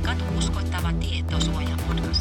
Katu-uskottava tietosuoja-podcast.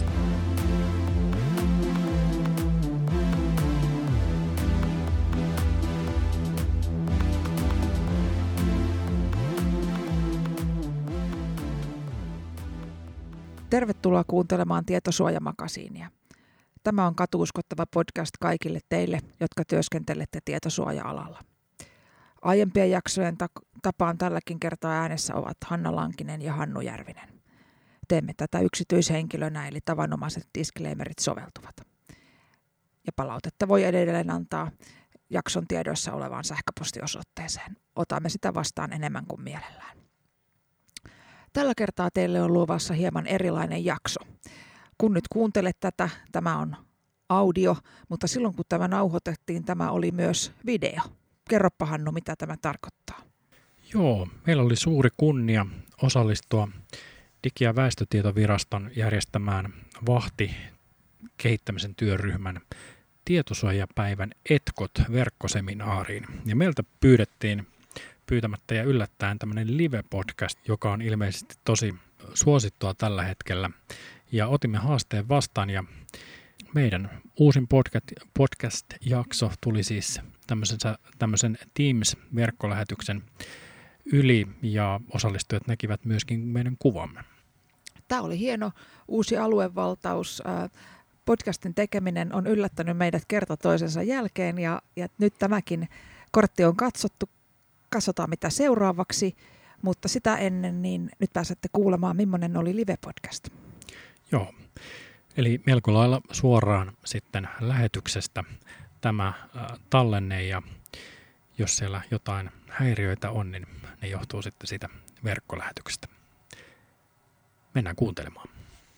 Tervetuloa kuuntelemaan Tietosuojamakasiinia. Tämä on Katu-uskottava podcast kaikille teille, jotka työskentelette tietosuoja-alalla. Aiempien jaksojen tapaan tälläkin kertaa äänessä ovat Hanna Lankinen ja Hannu Järvinen. Teemme tätä yksityishenkilönä, eli tavanomaiset disclaimerit soveltuvat. Ja palautetta voi edelleen antaa jakson tiedoissa olevaan sähköpostiosoitteeseen. Otamme sitä vastaan enemmän kuin mielellään. Tällä kertaa teille on luvassa hieman erilainen jakso. Kun nyt kuuntelet tätä, tämä on audio, mutta silloin kun tämä nauhoitettiin, tämä oli myös video. Kerropa Hannu, mitä tämä tarkoittaa. Joo, meillä oli suuri kunnia osallistua Digi- ja väestötietoviraston järjestämään VAHTI-kehittämisen työryhmän tietosuojapäivän ETKOT-verkkoseminaariin. Ja meiltä pyydettiin pyytämättä ja yllättäen tämmöinen live-podcast, joka on ilmeisesti tosi suosittua tällä hetkellä. Ja otimme haasteen vastaan ja meidän uusin podcast-jakso tuli siis tämmöisen Teams-verkkolähetyksen yli ja osallistujat näkivät myöskin meidän kuvamme. Tämä oli hieno uusi aluevaltaus. Podcastin tekeminen on yllättänyt meidät kerta toisensa jälkeen ja nyt tämäkin kortti on katsottu. Katsotaan mitä seuraavaksi, mutta sitä ennen niin nyt pääsette kuulemaan, millainen oli live-podcast. Joo, eli melko lailla suoraan sitten lähetyksestä tämä tallenne ja jos siellä jotain häiriöitä on, niin ne johtuu sitten siitä verkkolähetyksestä. Mennään kuuntelemaan.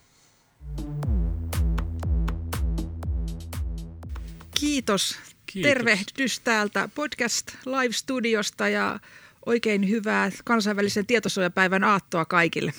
Kiitos. Tervehdys täältä podcast Live-studiosta ja oikein hyvää kansainvälisen tietosuojapäivän aattoa kaikille.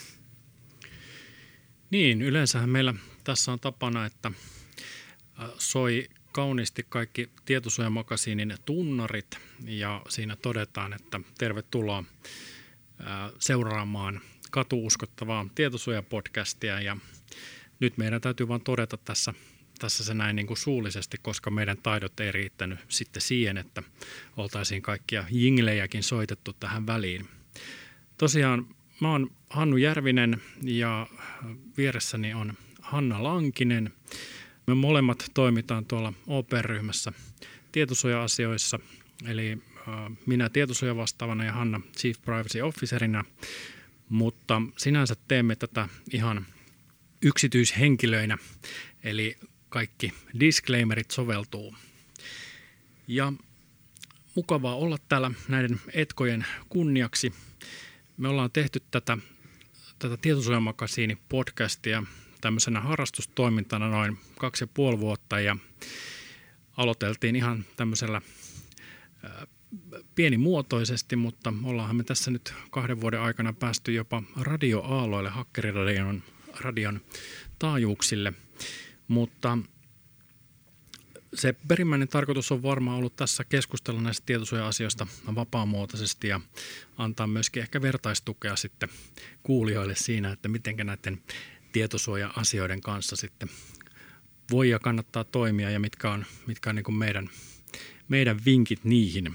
Niin, yleensähän meillä tässä on tapana, että soi kauniisti kaikki tietosuojamakasiinin tunnarit ja siinä todetaan, että tervetuloa seuraamaan Katu-uskottavaa tietosuojapodcastia ja nyt meidän täytyy vaan todeta tässä se näin niin kuin suullisesti, koska meidän taidot ei riittänyt sitten siihen, että oltaisiin kaikkia jinglejäkin soitettu tähän väliin. Tosiaan mä oon Hannu Järvinen ja vieressäni on Hanna Lankinen. Me molemmat toimitaan tuolla OP-ryhmässä tietosuoja-asioissa, eli minä tietosuojavastaavana ja Hanna Chief Privacy Officerina, mutta sinänsä teemme tätä ihan yksityishenkilöinä, eli kaikki disclaimerit soveltuu. Ja mukavaa olla täällä näiden etkojen kunniaksi. Me ollaan tehty tätä tietosuojamakasiini-podcastia tämmöisenä harrastustoimintana noin 2,5 vuotta ja aloiteltiin ihan tämmöisellä pienimuotoisesti, mutta ollaanhan me tässä nyt 2 vuoden aikana päästy jopa radioaaloille, hakkeriradion taajuuksille. Mutta se perimmäinen tarkoitus on varmaan ollut tässä keskustella näistä tietosuoja-asioista vapaamuotoisesti ja antaa myöskin ehkä vertaistukea sitten kuulijoille siinä, että miten näiden tietosuoja-asioiden kanssa sitten voi ja kannattaa toimia ja mitkä on niin kuin meidän vinkit niihin.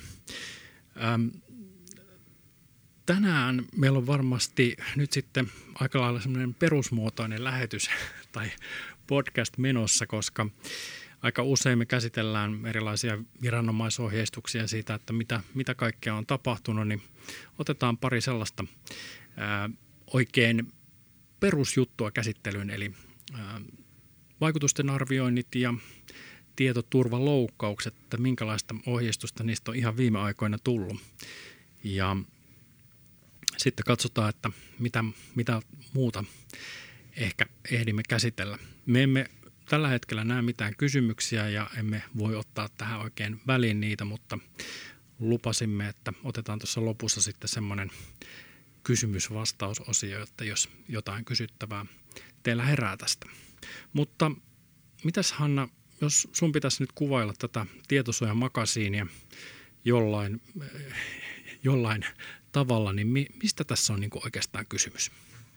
Tänään meillä on varmasti nyt sitten aika lailla semmoinen perusmuotoinen lähetys tai podcast menossa, koska aika usein me käsitellään erilaisia viranomaisohjeistuksia siitä, että mitä kaikkea on tapahtunut, niin otetaan pari sellaista oikein perusjuttua käsittelyyn, eli vaikutusten arvioinnit ja tietoturvaloukkaukset, että minkälaista ohjeistusta niistä on ihan viime aikoina tullut. Ja sitten katsotaan, että mitä muuta ehkä ehdimme käsitellä. Me emme tällä hetkellä näe mitään kysymyksiä ja emme voi ottaa tähän oikein väliin niitä, mutta lupasimme, että otetaan tuossa lopussa sitten semmoinen kysymys-vastausosio, että jos jotain kysyttävää teillä herää tästä. Mutta mitäs Hanna, jos sun pitäisi nyt kuvailla tätä tietosuojamakasiinia jollain tavalla, niin mistä tässä on niin kuin oikeastaan kysymys?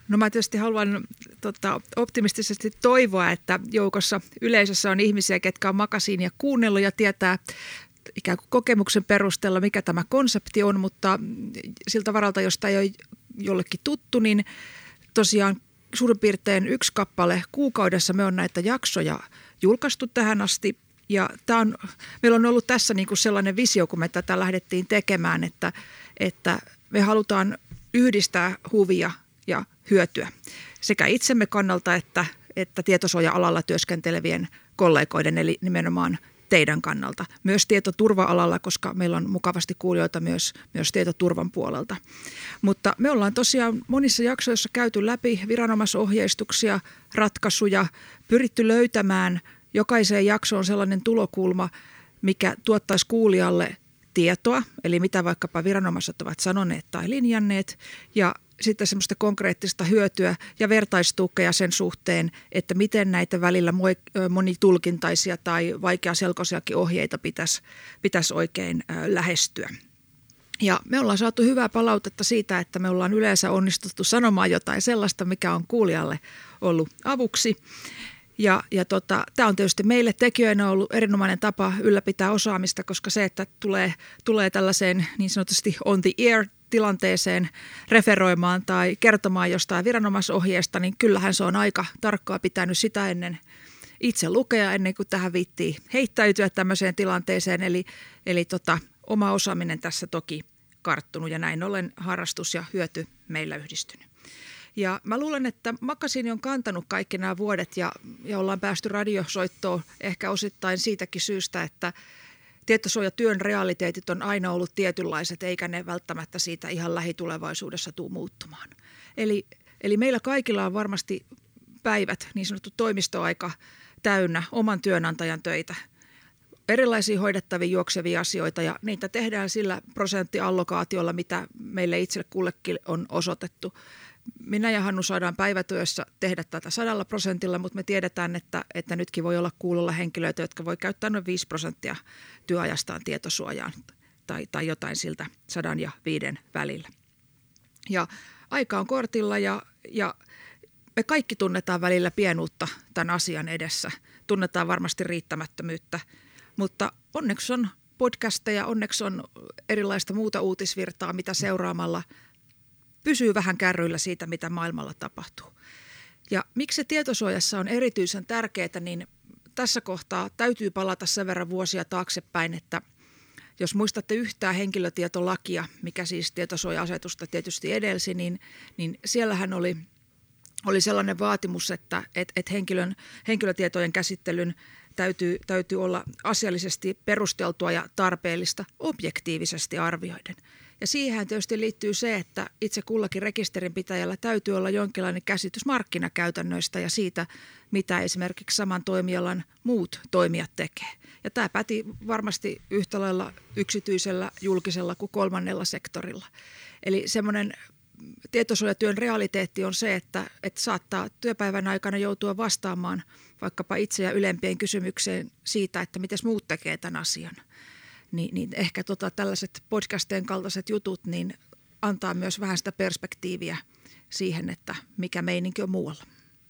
No mä tietysti haluan optimistisesti toivoa, että joukossa yleisössä on ihmisiä, ketkä on makasiinia kuunnellut ja tietää ikään kuin kokemuksen perusteella, mikä tämä konsepti on, mutta siltä varalta, josta ei ole jollekin tuttu, niin tosiaan suurin piirtein 1 kappale kuukaudessa me on näitä jaksoja julkaistu tähän asti. Ja meillä on ollut tässä niin kuin sellainen visio, kun me tätä lähdettiin tekemään, että me halutaan yhdistää huvia ja hyötyä sekä itsemme kannalta että tietosuoja-alalla työskentelevien kollegoiden, eli nimenomaan teidän kannalta. Myös tietoturva-alalla, koska meillä on mukavasti kuulijoita myös tietoturvan puolelta. Mutta me ollaan tosiaan monissa jaksoissa käyty läpi viranomaisohjeistuksia, ratkaisuja, pyritty löytämään jokaiseen jaksoon sellainen tulokulma, mikä tuottaisi kuulijalle tietoa, eli mitä vaikkapa viranomaiset ovat sanoneet tai linjanneet, ja sitten semmoista konkreettista hyötyä ja vertaistukea sen suhteen, että miten näitä välillä monitulkintaisia tai vaikeaselkoisiakin ohjeita pitäisi oikein lähestyä. Ja me ollaan saatu hyvää palautetta siitä, että me ollaan yleensä onnistuttu sanomaan jotain sellaista, mikä on kuulijalle ollut avuksi. Ja tämä on tietysti meille tekijöinä ollut erinomainen tapa ylläpitää osaamista, koska se, että tulee tällaiseen niin sanotusti on the air tilanteeseen referoimaan tai kertomaan jostain viranomaisohjeesta, niin kyllähän se on aika tarkkaa pitänyt sitä ennen itse lukea, ennen kuin tähän viittii heittäytyä tämmöiseen tilanteeseen. Eli oma osaaminen tässä toki karttunut ja näin ollen harrastus ja hyöty meillä yhdistynyt. Ja mä luulen, että makasiini on kantanut kaikki nämä vuodet ja ollaan päästy radiosoittoon ehkä osittain siitäkin syystä, että tietosuojatyön realiteetit on aina ollut tietynlaiset, eikä ne välttämättä siitä ihan lähitulevaisuudessa tule muuttumaan. Eli meillä kaikilla on varmasti päivät, niin sanottu toimistoaika täynnä oman työnantajan töitä, erilaisia hoidettavia juoksevia asioita ja niitä tehdään sillä prosenttiallokaatiolla, mitä meille itse kullekin on osoitettu. Minä ja Hannu saadaan päivätyössä tehdä tätä 100%, mutta me tiedetään, että nytkin voi olla kuulolla henkilöitä, jotka voi käyttää noin 5% työajastaan tietosuojaan tai jotain siltä 100 ja 5 välillä. Ja aika on kortilla ja me kaikki tunnetaan välillä pienuutta tämän asian edessä. Tunnetaan varmasti riittämättömyyttä, mutta onneksi on podcasteja, onneksi on erilaista muuta uutisvirtaa, mitä seuraamalla pysyy vähän kärryillä siitä, mitä maailmalla tapahtuu. Ja miksi tietosuojassa on erityisen tärkeää, niin tässä kohtaa täytyy palata sen verran vuosia taaksepäin, että jos muistatte yhtään henkilötietolakia, mikä siis tietosuoja-asetusta tietysti edelsi, niin siellähän oli sellainen vaatimus, että henkilötietojen käsittelyn täytyy olla asiallisesti perusteltua ja tarpeellista objektiivisesti arvioiden. Ja siihen tietysti liittyy se, että itse kullakin rekisterinpitäjällä täytyy olla jonkinlainen käsitys markkinakäytännöistä ja siitä, mitä esimerkiksi saman toimialan muut toimijat tekee. Ja tämä päti varmasti yhtä lailla yksityisellä, julkisella kuin kolmannella sektorilla. Eli semmoinen tietosuojatyön realiteetti on se, että saattaa työpäivän aikana joutua vastaamaan vaikkapa itse ja ylempien kysymykseen siitä, että miten muut tekee tämän asian. Niin ehkä tällaiset podcastien kaltaiset jutut niin antaa myös vähän sitä perspektiiviä siihen, että mikä meininki on muualla.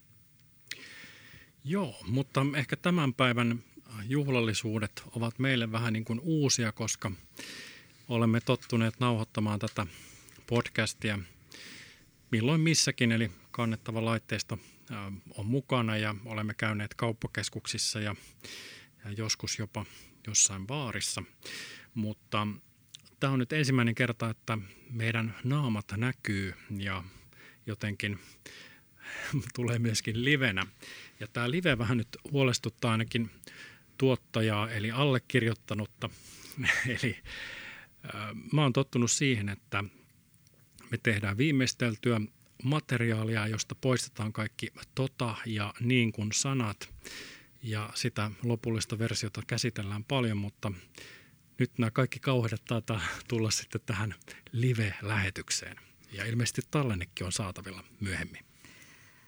Joo, mutta ehkä tämän päivän juhlallisuudet ovat meille vähän niin kuin uusia, koska olemme tottuneet nauhoittamaan tätä podcastia milloin missäkin, eli kannettava laitteisto on mukana ja olemme käyneet kauppakeskuksissa ja joskus jopa jossain baarissa, mutta tämä on nyt ensimmäinen kerta, että meidän naamat näkyy ja jotenkin tulee myöskin livenä. Ja tämä live vähän nyt huolestuttaa ainakin tuottajaa eli allekirjoittanutta. Eli mä oon tottunut siihen, että me tehdään viimeisteltyä materiaalia, josta poistetaan kaikki ja niin kuin sanat. Ja sitä lopullista versiota käsitellään paljon, mutta nyt nämä kaikki kauheudet taitaa tulla sitten tähän live-lähetykseen. Ja ilmeisesti tallennekin on saatavilla myöhemmin.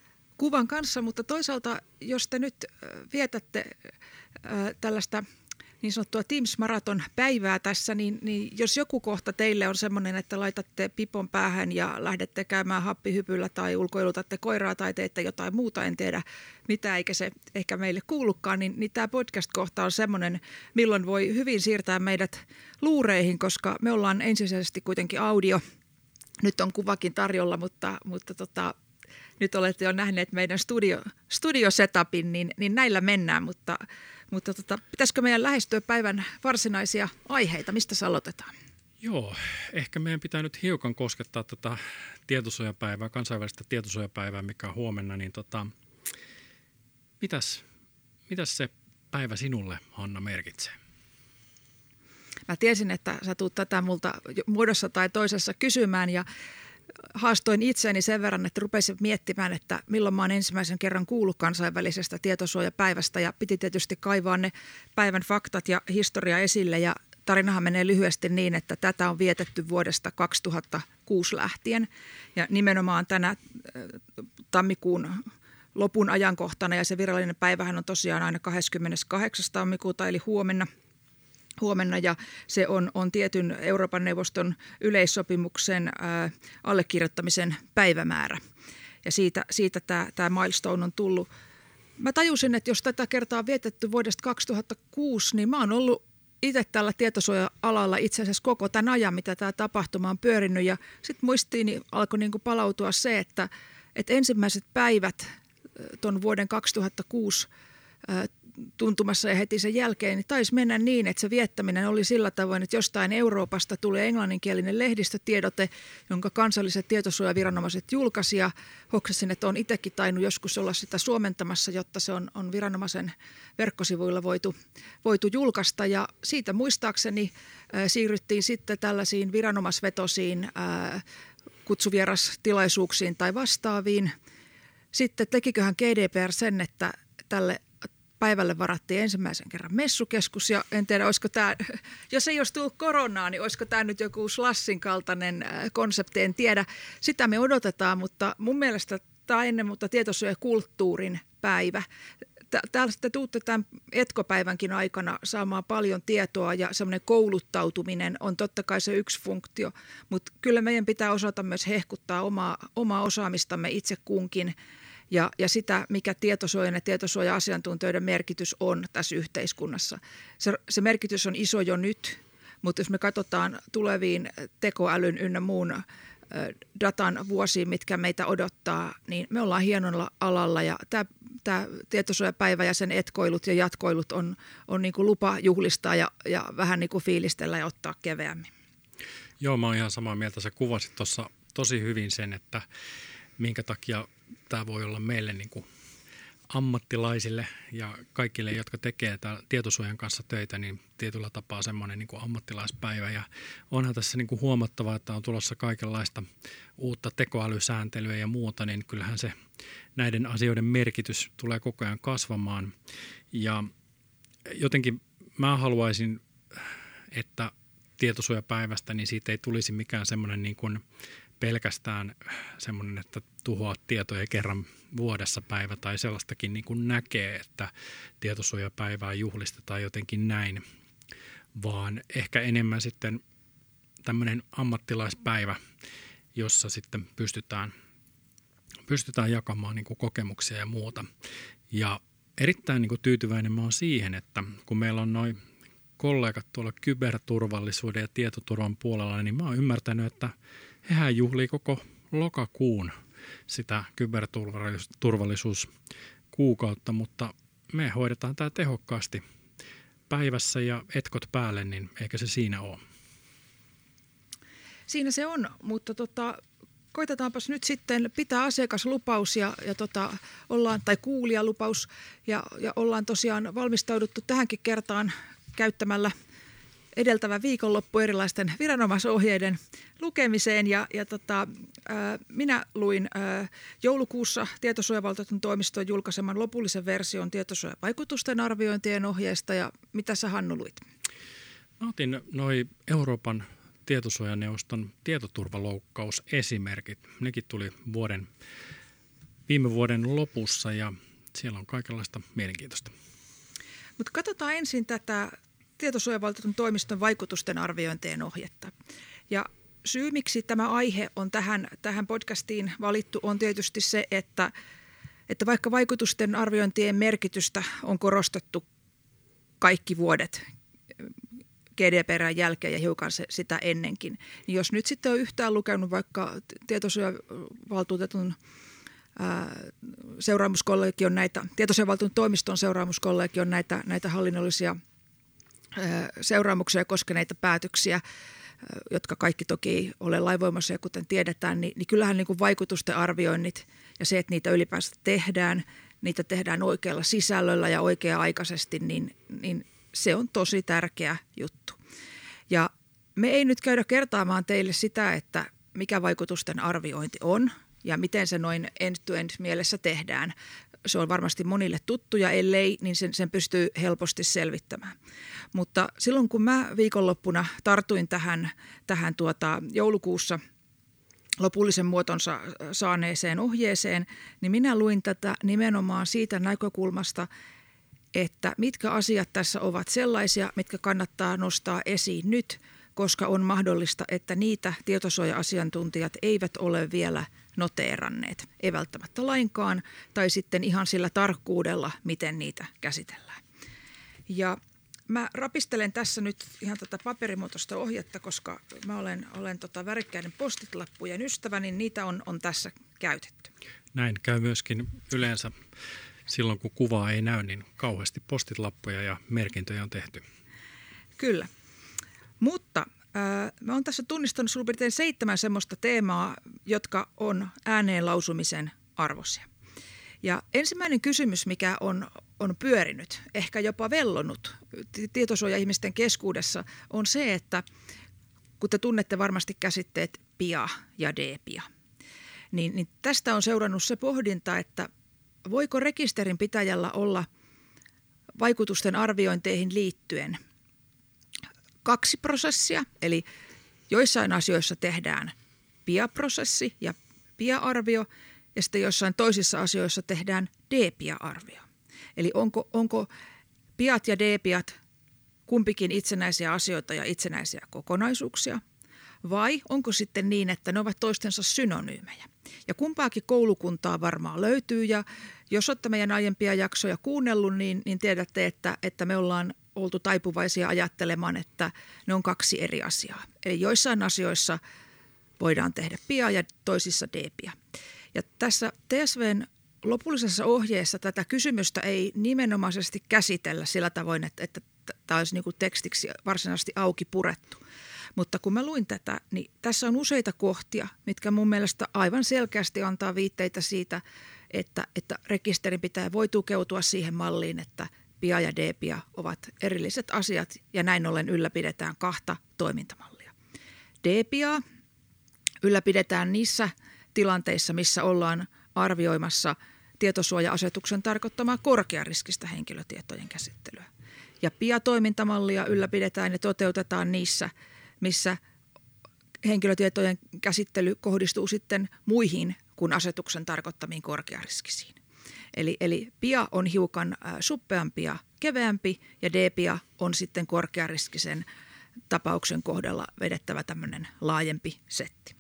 Kuvan kanssa, mutta toisaalta jos te nyt vietätte tällaista niin sanottua Teams-maraton päivää tässä, niin jos joku kohta teille on semmoinen, että laitatte pipon päähän ja lähdette käymään happihypyllä tai ulkoilutatte koiraa tai teette jotain muuta, en tiedä mitä, eikä se ehkä meille kuulukaan, niin tämä podcast-kohta on semmoinen, milloin voi hyvin siirtää meidät luureihin, koska me ollaan ensisijaisesti kuitenkin audio. Nyt on kuvakin tarjolla, mutta nyt olette jo nähneet meidän studio-setupin, niin näillä mennään, mutta pitäisikö meidän lähestyä päivän varsinaisia aiheita? Mistä aloitetaan? Joo, ehkä meidän pitää nyt hiukan koskettaa tätä tietosuojapäivää, kansainvälistä tietosuojapäivää, mikä on huomenna, niin mitäs se päivä sinulle, Hanna, merkitsee? Mä tiesin, että sä tuut tätä multa muodossa tai toisessa kysymään ja haastoin itseäni sen verran, että rupesin miettimään, että milloin mä oon ensimmäisen kerran kuullut kansainvälisestä tietosuojapäivästä ja piti tietysti kaivaa ne päivän faktat ja historia esille ja tarinahan menee lyhyesti niin, että tätä on vietetty vuodesta 2006 lähtien ja nimenomaan tänä tammikuun lopun ajankohtana ja se virallinen päivähän on tosiaan aina 28. tammikuuta eli huomenna ja se on tietyn Euroopan neuvoston yleissopimuksen allekirjoittamisen päivämäärä. Ja siitä tämä milestone on tullut. Mä tajusin, että jos tätä kertaa on vietetty vuodesta 2006, niin mä oon ollut itse tällä tietosuoja-alalla itse asiassa koko tämän ajan, mitä tämä tapahtuma on pyörinyt. Ja sitten muistiini alkoi niinku palautua se, että ensimmäiset päivät tuon vuoden 2006 tuntumassa ja heti sen jälkeen, niin taisi mennä niin, että se viettäminen oli sillä tavoin, että jostain Euroopasta tuli englanninkielinen lehdistötiedote, jonka kansalliset tietosuojaviranomaiset julkaisi ja hoksasin, että on itsekin tainnut joskus olla sitä suomentamassa, jotta se on viranomaisen verkkosivuilla voitu julkaista ja siitä muistaakseni siirryttiin sitten tällaisiin viranomaisvetosiin kutsuvierastilaisuuksiin tai vastaaviin. Sitten tekiköhän GDPR sen, että tälle päivälle varattiin ensimmäisen kerran messukeskus ja en tiedä, olisiko tämä, jos ei olisi tullut koronaa, niin olisiko tämä nyt joku Slashin kaltainen konsepti, en tiedä. Sitä me odotetaan, mutta mun mielestä tämä ennen muuta tietosuojakulttuurin päivä. Täällä te tuutte tämän etkopäivänkin aikana saamaan paljon tietoa ja semmoinen kouluttautuminen on totta kai se yksi funktio, mutta kyllä meidän pitää osata myös hehkuttaa omaa osaamistamme itse kunkin. Ja sitä, mikä tietosuojan ja tietosuoja-asiantuntijoiden merkitys on tässä yhteiskunnassa. Se merkitys on iso jo nyt, mutta jos me katsotaan tuleviin tekoälyn ynnä muun datan vuosiin, mitkä meitä odottaa, niin me ollaan hienolla alalla ja tämä tietosuojapäivä ja sen etkoilut ja jatkoilut on niin kuin lupa juhlistaa ja vähän niin kuin fiilistellä ja ottaa keveämmin. Joo, mä oon ihan samaa mieltä. Sä kuvasit tuossa tosi hyvin sen, että minkä takia tämä voi olla meille niin kuin ammattilaisille ja kaikille, jotka tekee tietosuojan kanssa töitä, niin tietyllä tapaa semmoinen niin kuin ammattilaispäivä. Ja onhan tässä niin kuin huomattavaa, että on tulossa kaikenlaista uutta tekoälysääntelyä ja muuta, niin kyllähän se näiden asioiden merkitys tulee koko ajan kasvamaan. Ja jotenkin mä haluaisin, että tietosuojapäivästä, niin siitä ei tulisi mikään semmoinen niin kuin pelkästään semmoinen, että tuhoaa tietoja kerran vuodessa päivä tai sellaistakin niin kuin näkee, että tietosuojapäivää juhlistetaan jotenkin näin, vaan ehkä enemmän sitten tämmöinen ammattilaispäivä, jossa sitten pystytään jakamaan niin kuin kokemuksia ja muuta. Ja erittäin niin kuin tyytyväinen mä oon siihen, että kun meillä on noin kollegat tuolla kyberturvallisuuden ja tietoturvan puolella, niin mä oon ymmärtänyt, että hehän juhlii koko lokakuun sitä kyberturvallisuuskuukautta, mutta me hoidetaan tämä tehokkaasti päivässä ja etkot päälle, niin eikä se siinä ole. Siinä se on, mutta koitetaanpas nyt sitten pitää asiakaslupaus tai kuulijalupaus ja ollaan tosiaan valmistauduttu tähänkin kertaan käyttämällä edeltävä viikonloppu erilaisten viranomaisohjeiden lukemiseen minä luin joulukuussa Tietosuojavaltuutetun toimiston julkaiseman lopullisen version tietosuojavaikutusten arviointien ohjeista ja mitä sä, Hannu, luit? Mä otin Euroopan tietosuojaneuvoston tietoturvaloukkausesimerkit. Nekin tuli viime vuoden lopussa ja siellä on kaikenlaista mielenkiintoista. Mutta katsotaan ensin tätä tietosuojavaltuutetun toimiston vaikutusten arviointien ohjetta. Ja syy, miksi tämä aihe on tähän podcastiin valittu, on tietysti se, että vaikka vaikutusten arviointien merkitystä on korostettu kaikki vuodet GDPR:n jälkeen ja hiukan sitä ennenkin, niin jos nyt sitten on yhtään lukenut vaikka tietosuojavaltuutetun seuraamuskollegion tietosuojavaltuutetun toimiston seuraamuskollegion näitä hallinnollisia seuraamuksia koskeneita päätöksiä, jotka kaikki toki ole lainvoimaisia, kuten tiedetään, niin kyllähän niin kuin vaikutusten arvioinnit ja se, että niitä ylipäänsä niitä tehdään oikealla sisällöllä ja oikea-aikaisesti, niin se on tosi tärkeä juttu. Ja me ei nyt käydä kertaamaan teille sitä, että mikä vaikutusten arviointi on ja miten se noin end-to-end mielessä tehdään. Se on varmasti monille tuttu ja ellei, niin sen pystyy helposti selvittämään. Mutta silloin kun mä viikonloppuna tartuin tähän joulukuussa lopullisen muotonsa saaneeseen ohjeeseen, niin minä luin tätä nimenomaan siitä näkökulmasta, että mitkä asiat tässä ovat sellaisia, mitkä kannattaa nostaa esiin nyt, koska on mahdollista, että niitä tietosuoja-asiantuntijat eivät ole vielä noteeranneet, ei välttämättä lainkaan, tai sitten ihan sillä tarkkuudella, miten niitä käsitellään. Ja mä rapistelen tässä nyt ihan tätä paperimuotoista ohjetta, koska mä olen värikkäiden post-it-lappujen ystävä, niin niitä on tässä käytetty. Näin käy myöskin yleensä silloin, kun kuvaa ei näy, niin kauheasti post-it-lappuja ja merkintöjä on tehty. Kyllä, mutta mä oon tässä tunnistanut suurin piirtein 7 semmoista teemaa, jotka on ääneen lausumisen arvoisia. Ja ensimmäinen kysymys, mikä on pyörinyt, ehkä jopa vellonut tietosuoja-ihmisten keskuudessa, on se, että kun te tunnette varmasti käsitteet PIA ja DPIA, niin tästä on seurannut se pohdinta, että voiko rekisterin pitäjällä olla vaikutusten arviointeihin liittyen 2 prosessia, eli joissain asioissa tehdään PIA-prosessi ja PIA-arvio, ja sitten jossain toisissa asioissa tehdään DPIA-arvio. Eli onko PIAt ja DPIat kumpikin itsenäisiä asioita ja itsenäisiä kokonaisuuksia, vai onko sitten niin, että ne ovat toistensa synonyymejä? Ja kumpaakin koulukuntaa varmaan löytyy, ja jos olette meidän aiempia jaksoja kuunnellut, niin tiedätte, että me ollaan oltu taipuvaisia ajattelemaan, että ne on 2 eri asiaa. Eli joissain asioissa voidaan tehdä PIA ja toisissa DPIA. Ja tässä TSV:n lopullisessa ohjeessa tätä kysymystä ei nimenomaisesti käsitellä sillä tavoin, että tämä olisi niin kuin tekstiksi varsinaisesti auki purettu. Mutta kun mä luin tätä, niin tässä on useita kohtia, mitkä mun mielestä aivan selkeästi antaa viitteitä siitä, että rekisterinpitäjä voi tukeutua siihen malliin, että PIA ja DPIA ovat erilliset asiat ja näin ollen ylläpidetään 2 toimintamallia. DPIA ylläpidetään niissä tilanteissa, missä ollaan arvioimassa tietosuoja-asetuksen tarkoittamaa korkeariskistä henkilötietojen käsittelyä. Ja PIA-toimintamallia ylläpidetään ja toteutetaan niissä, missä henkilötietojen käsittely kohdistuu sitten muihin kuin asetuksen tarkoittamiin korkeariskisiin. Eli PIA on hiukan suppeampi ja keveämpi ja DPIA on sitten korkeariskisen tapauksen kohdalla vedettävä tämmöinen laajempi setti.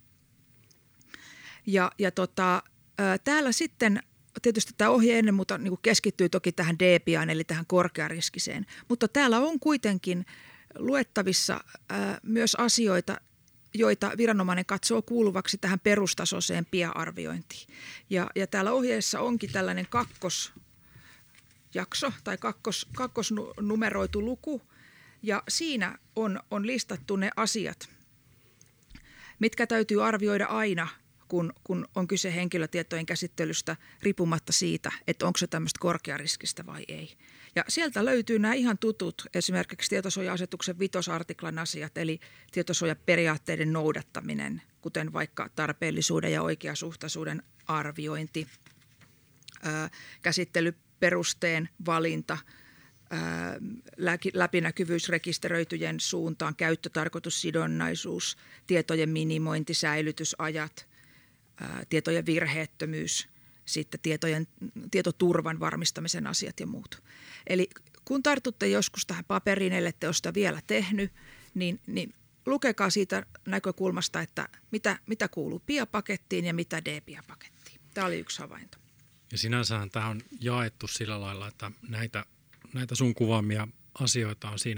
Täällä sitten tietysti tämä ohje ennen muuta niin kuin keskittyy toki tähän DPIAan eli tähän korkeariskiseen, mutta täällä on kuitenkin luettavissa myös asioita, joita viranomainen katsoo kuuluvaksi tähän perustasoiseen PIA-arviointiin. Ja täällä ohjeessa onkin tällainen kakkosjakso tai kakkosnumeroitu luku ja siinä on listattu ne asiat, mitkä täytyy arvioida aina, kun on kyse henkilötietojen käsittelystä riippumatta siitä, että onko se tämmöistä korkeariskistä vai ei. Ja sieltä löytyy nämä ihan tutut, esimerkiksi tietosuoja-asetuksen 5. artiklan asiat, eli tietosuojaperiaatteiden noudattaminen, kuten vaikka tarpeellisuuden ja oikeasuhtaisuuden arviointi, käsittelyperusteen valinta, läpinäkyvyys rekisteröityjen suuntaan, käyttötarkoitussidonnaisuus, tietojen minimointi, säilytysajat, tietojen virheettömyys, sitten tietoturvan varmistamisen asiat ja muut. Eli kun tartutte joskus tähän paperiin, ellette ole sitä vielä tehnyt, niin lukekaa siitä näkökulmasta, että mitä kuuluu PIA-pakettiin ja mitä D-PIA-pakettiin. Tämä oli yksi havainto. Ja sinänsähän tämä on jaettu sillä lailla, että näitä sun kuvaamia asioita on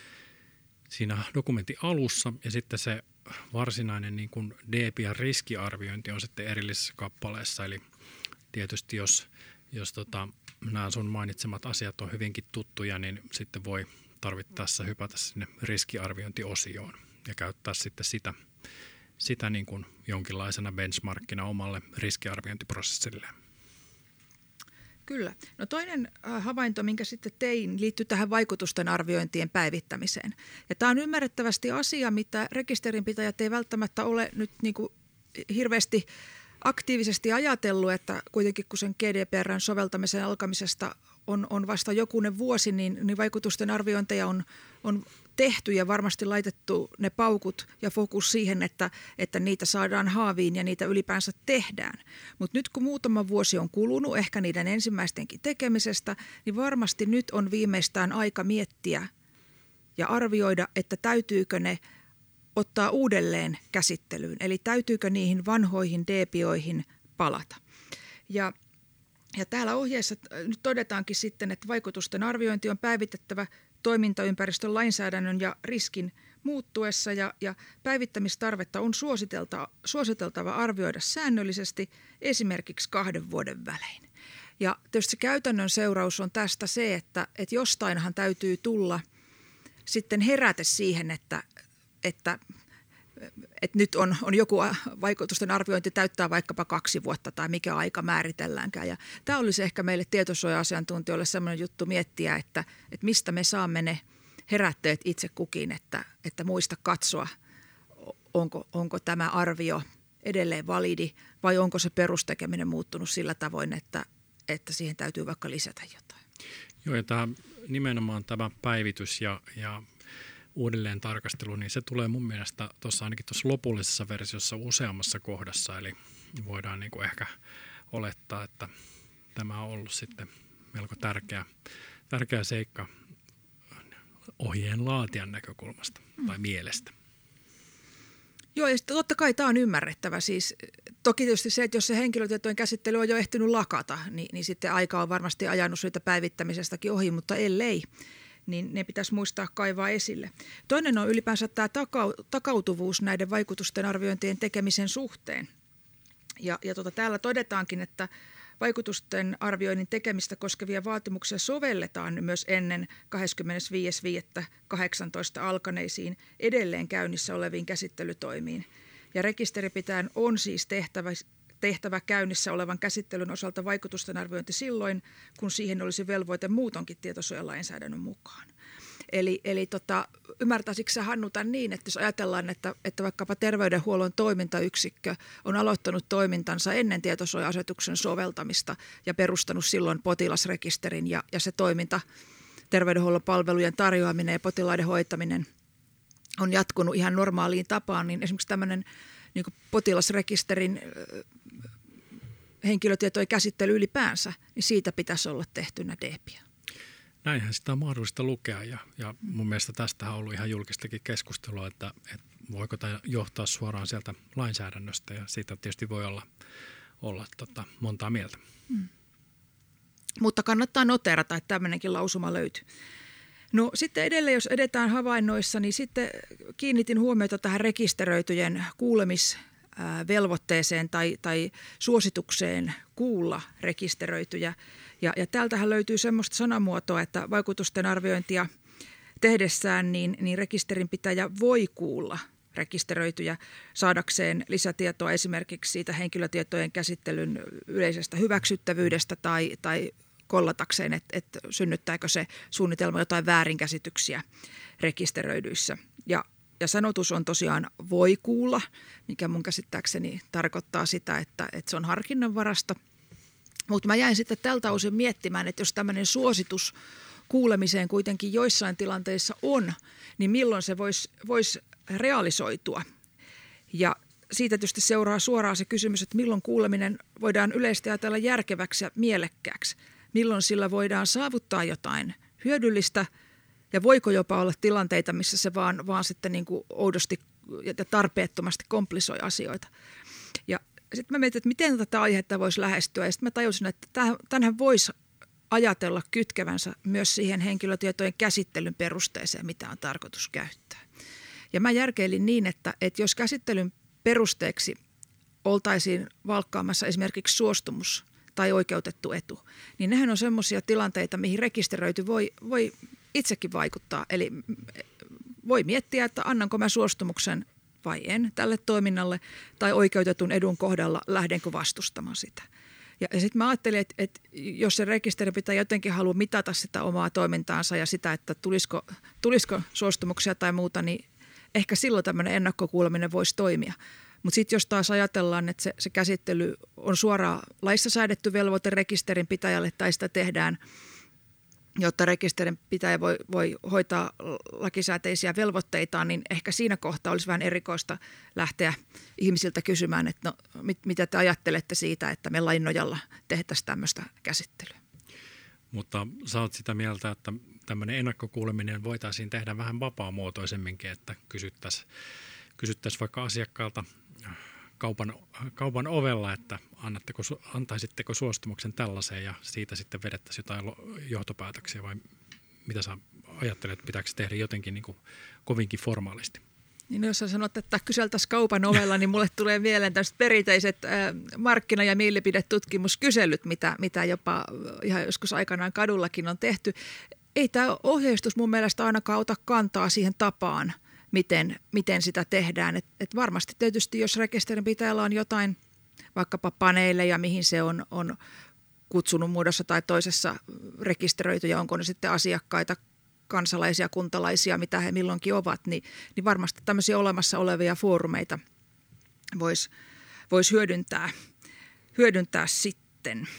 siinä dokumentin alussa ja sitten se varsinainen niin kuin D-PIAn riskiarviointi on sitten erillisessä kappaleessa. Eli tietysti jos nämä sun mainitsemat asiat on hyvinkin tuttuja, niin sitten voi tarvittaessa hypätä sinne riskiarviointiosioon ja käyttää sitten sitä niin kuin jonkinlaisena benchmarkkina omalle riskiarviointiprosessille. Kyllä. No toinen havainto, minkä sitten tein, liittyy tähän vaikutusten arviointien päivittämiseen. Ja tämä on ymmärrettävästi asia, mitä rekisterinpitäjät ei välttämättä ole nyt niin kuin hirveästi aktiivisesti ajatellut, että kuitenkin kun sen GDPR:n soveltamisen alkamisesta on vasta jokunen vuosi, niin vaikutusten arviointeja on tehty ja varmasti laitettu ne paukut ja fokus siihen, että niitä saadaan haaviin ja niitä ylipäänsä tehdään. Mutta nyt kun muutama vuosi on kulunut ehkä niiden ensimmäistenkin tekemisestä, niin varmasti nyt on viimeistään aika miettiä ja arvioida, että täytyykö ne ottaa uudelleen käsittelyyn. Eli täytyykö niihin vanhoihin D-PIOihin palata. Ja täällä ohjeessa nyt todetaankin sitten, että vaikutusten arviointi on päivitettävä toimintaympäristön lainsäädännön ja riskin muuttuessa ja päivittämistarvetta on suositeltava arvioida säännöllisesti esimerkiksi 2 vuoden välein. Ja tietysti se käytännön seuraus on tästä se, että jostainhan täytyy tulla sitten herätä siihen, että nyt on joku vaikutusten arviointi täyttää vaikkapa 2 vuotta tai mikä aika määritelläänkään. Ja tämä olisi ehkä meille tietosuoja-asiantuntijoille sellainen juttu miettiä, että mistä me saamme ne herätteet itse kukin, että muista katsoa, onko tämä arvio edelleen validi vai onko se perustekeminen muuttunut sillä tavoin, että siihen täytyy vaikka lisätä jotain. Joo, ja nimenomaan tämä päivitys ja uudelleen tarkastelu, niin se tulee mun mielestä ainakin tuossa lopullisessa versiossa useammassa kohdassa, eli voidaan niin kuin ehkä olettaa, että tämä on ollut sitten melko tärkeä seikka ohjeen laatijan näkökulmasta tai mielestä. Joo, ja totta kai tämä on ymmärrettävä. Siis, toki tietysti se, että jos se henkilötietojen käsittely on jo ehtinyt lakata, niin sitten aika on varmasti ajanut siitä päivittämisestäkin ohi, mutta ellei, niin ne pitäisi muistaa kaivaa esille. Toinen on ylipäänsä tämä takautuvuus näiden vaikutusten arviointien tekemisen suhteen. Ja täällä todetaankin, että vaikutusten arvioinnin tekemistä koskevia vaatimuksia sovelletaan myös ennen 25.5.18 alkaneisiin edelleen käynnissä oleviin käsittelytoimiin. Ja rekisterinpitäjän on siis tehtävä käynnissä olevan käsittelyn osalta vaikutusten arviointi silloin, kun siihen olisi velvoite muutonkin tietosuojalainsäädännön mukaan. Eli ymmärtäisikö sä, Hannu, tämän niin, että jos ajatellaan, että vaikkapa terveydenhuollon toimintayksikkö on aloittanut toimintansa ennen tietosuoja-asetuksen soveltamista ja perustanut silloin potilasrekisterin ja se toiminta, terveydenhuollon palvelujen tarjoaminen ja potilaiden hoitaminen on jatkunut ihan normaaliin tapaan, niin esimerkiksi tämmöinen niin kuin potilasrekisterin henkilötietojen käsittely ylipäänsä, niin siitä pitäisi olla tehtynä D-PIA. Näinhän sitä on mahdollista lukea ja mun mielestä tästä on ollut ihan julkistakin keskustelua, että voiko tämä johtaa suoraan sieltä lainsäädännöstä ja siitä tietysti voi olla montaa mieltä. Mutta kannattaa noteerata, että tämmöinenkin lausuma löytyy. No sitten edelleen, jos edetään havainnoissa, niin sitten kiinnitin huomiota tähän rekisteröityjen kuulemisvelvoitteeseen tai suositukseen kuulla rekisteröityjä. Ja täältähän löytyy semmoista sanamuotoa, että vaikutusten arviointia tehdessään niin rekisterinpitäjä voi kuulla rekisteröityjä saadakseen lisätietoa esimerkiksi siitä henkilötietojen käsittelyn yleisestä hyväksyttävyydestä tai kollatakseen, että synnyttääkö se suunnitelma jotain väärinkäsityksiä rekisteröidyissä. Ja sanotus on tosiaan voi kuulla, mikä mun käsittääkseni tarkoittaa sitä, että se on harkinnanvarasta. Mutta mä jäin sitten tältä osin miettimään, että jos tämmöinen suositus kuulemiseen kuitenkin joissain tilanteissa on, niin milloin se voisi realisoitua. Ja siitä tietysti seuraa suoraan se kysymys, että milloin kuuleminen voidaan yleisesti ajatella järkeväksi ja mielekkääksi. Milloin sillä voidaan saavuttaa jotain hyödyllistä ja voiko jopa olla tilanteita, missä se vaan sitten niin kuin oudosti ja tarpeettomasti komplisoi asioita. Ja sitten mä mietin, että miten tätä aihetta voisi lähestyä ja sitten mä tajusin, että tämänhän voisi ajatella kytkevänsä myös siihen henkilötietojen käsittelyn perusteeseen, mitä on tarkoitus käyttää. Ja mä järkeilin niin, että jos käsittelyn perusteeksi oltaisiin valkkaamassa esimerkiksi suostumus tai oikeutettu etu, niin nehän on semmoisia tilanteita, mihin rekisteröity voi itsekin vaikuttaa. Eli voi miettiä, että annanko mä suostumuksen vai en tälle toiminnalle tai oikeutetun edun kohdalla lähdenkö vastustamaan sitä. Ja sitten mä ajattelin, että jos se rekisteri pitää jotenkin halua mitata sitä omaa toimintaansa ja sitä, että tulisiko suostumuksia tai muuta, niin ehkä silloin tämmöinen ennakkokuuleminen voisi toimia. Mutta sitten jos taas ajatellaan, että se käsittely on suoraan laissa säädetty velvoite rekisterin pitäjälle tai sitä tehdään, jotta rekisterin pitäjä voi hoitaa lakisääteisiä velvoitteitaan, niin ehkä siinä kohtaa olisi vähän erikoista lähteä ihmisiltä kysymään, että no, mitä te ajattelette siitä, että me lain nojalla tehtäisiin tämmöistä käsittelyä. Mutta sä oot sitä mieltä, että tämmöinen ennakkokuuleminen voitaisiin tehdä vähän vapaamuotoisemminkin, että kysyttäisiin vaikka asiakkaalta kaupan ovella, että antaisitteko suostumuksen tällaiseen ja siitä sitten vedettäisiin jotain johtopäätöksiä vai mitä sä ajattelet, pitääkö tehdä jotenkin niin kuin kovinkin formaalisti? Niin jos sä sanot, että kyseltäisiin kaupan ovella, niin mulle tulee mieleen tämmöiset perinteiset markkina- ja mielipidetutkimuskyselyt, mitä jopa ihan joskus aikanaan kadullakin on tehty. Ei tämä ohjeistus mun mielestä ainakaan ota kantaa siihen tapaan, miten sitä tehdään. Et varmasti tietysti, jos rekisterinpitäjällä on jotain vaikkapa paneeleja, mihin se on kutsunut muodossa tai toisessa rekisteröity ja onko ne sitten asiakkaita, kansalaisia, kuntalaisia, mitä he milloinkin ovat, niin varmasti tämmöisiä olemassa olevia foorumeita voisi hyödyntää sitten.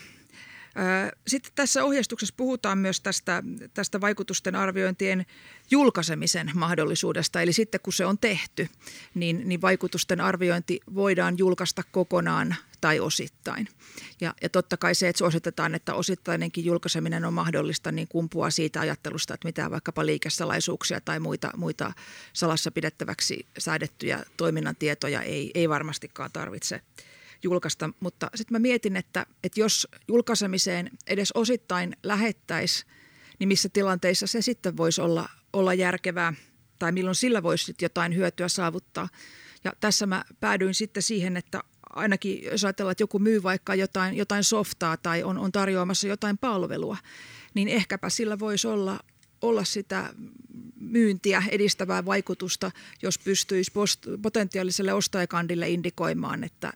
Sitten tässä ohjeistuksessa puhutaan myös tästä vaikutusten arviointien julkaisemisen mahdollisuudesta. Eli sitten kun se on tehty, niin vaikutusten arviointi voidaan julkaista kokonaan tai osittain. Ja totta kai se, että suositetaan, että osittainenkin julkaiseminen on mahdollista, niin kumpuaa siitä ajattelusta, että mitään vaikkapa liikesalaisuuksia tai muita salassa pidettäväksi säädettyjä toiminnan tietoja ei varmastikaan tarvitse julkaista, mutta sitten mä mietin, että jos julkaisemiseen edes osittain lähettäisiin, niin missä tilanteissa se sitten voisi olla järkevää tai milloin sillä voisi jotain hyötyä saavuttaa. Ja tässä mä päädyin sitten siihen, että ainakin jos ajatellaan, että joku myy vaikka jotain softaa tai on tarjoamassa jotain palvelua, niin ehkäpä sillä voisi olla sitä myyntiä edistävää vaikutusta, jos pystyisi potentiaaliselle ostajakandille indikoimaan, että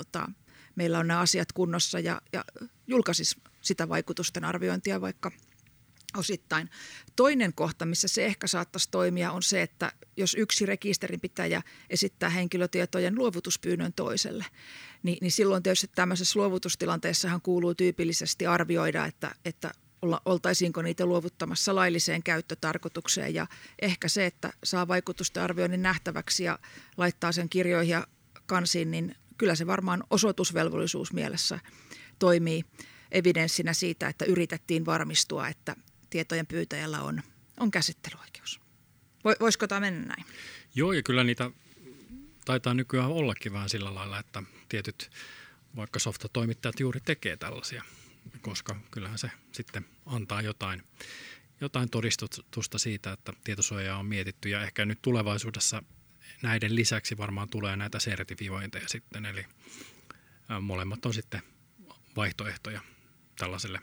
meillä on nämä asiat kunnossa ja julkaisisi sitä vaikutusten arviointia vaikka osittain. Toinen kohta, missä se ehkä saattaisi toimia, on se, että jos yksi rekisterinpitäjä esittää henkilötietojen luovutuspyynnön toiselle, niin silloin tietysti tämmöisessä luovutustilanteessahan kuuluu tyypillisesti arvioida, että oltaisiinko niitä luovuttamassa lailliseen käyttötarkoitukseen ja ehkä se, että saa vaikutusten arvioinnin nähtäväksi ja laittaa sen kirjoihin ja kansiin, niin kyllä se varmaan osoitusvelvollisuus mielessä toimii evidenssinä siitä, että yritettiin varmistua, että tietojen pyytäjällä on käsittelyoikeus. Voisiko tämä mennä näin? Joo, ja kyllä niitä taitaa nykyään ollakin vähän sillä lailla, että tietyt vaikka softatoimittajat juuri tekee tällaisia, koska kyllähän se sitten antaa jotain todistusta siitä, että tietosuojaa on mietitty ja ehkä nyt tulevaisuudessa näiden lisäksi varmaan tulee näitä sertifiointeja sitten, eli molemmat on sitten vaihtoehtoja tällaiselle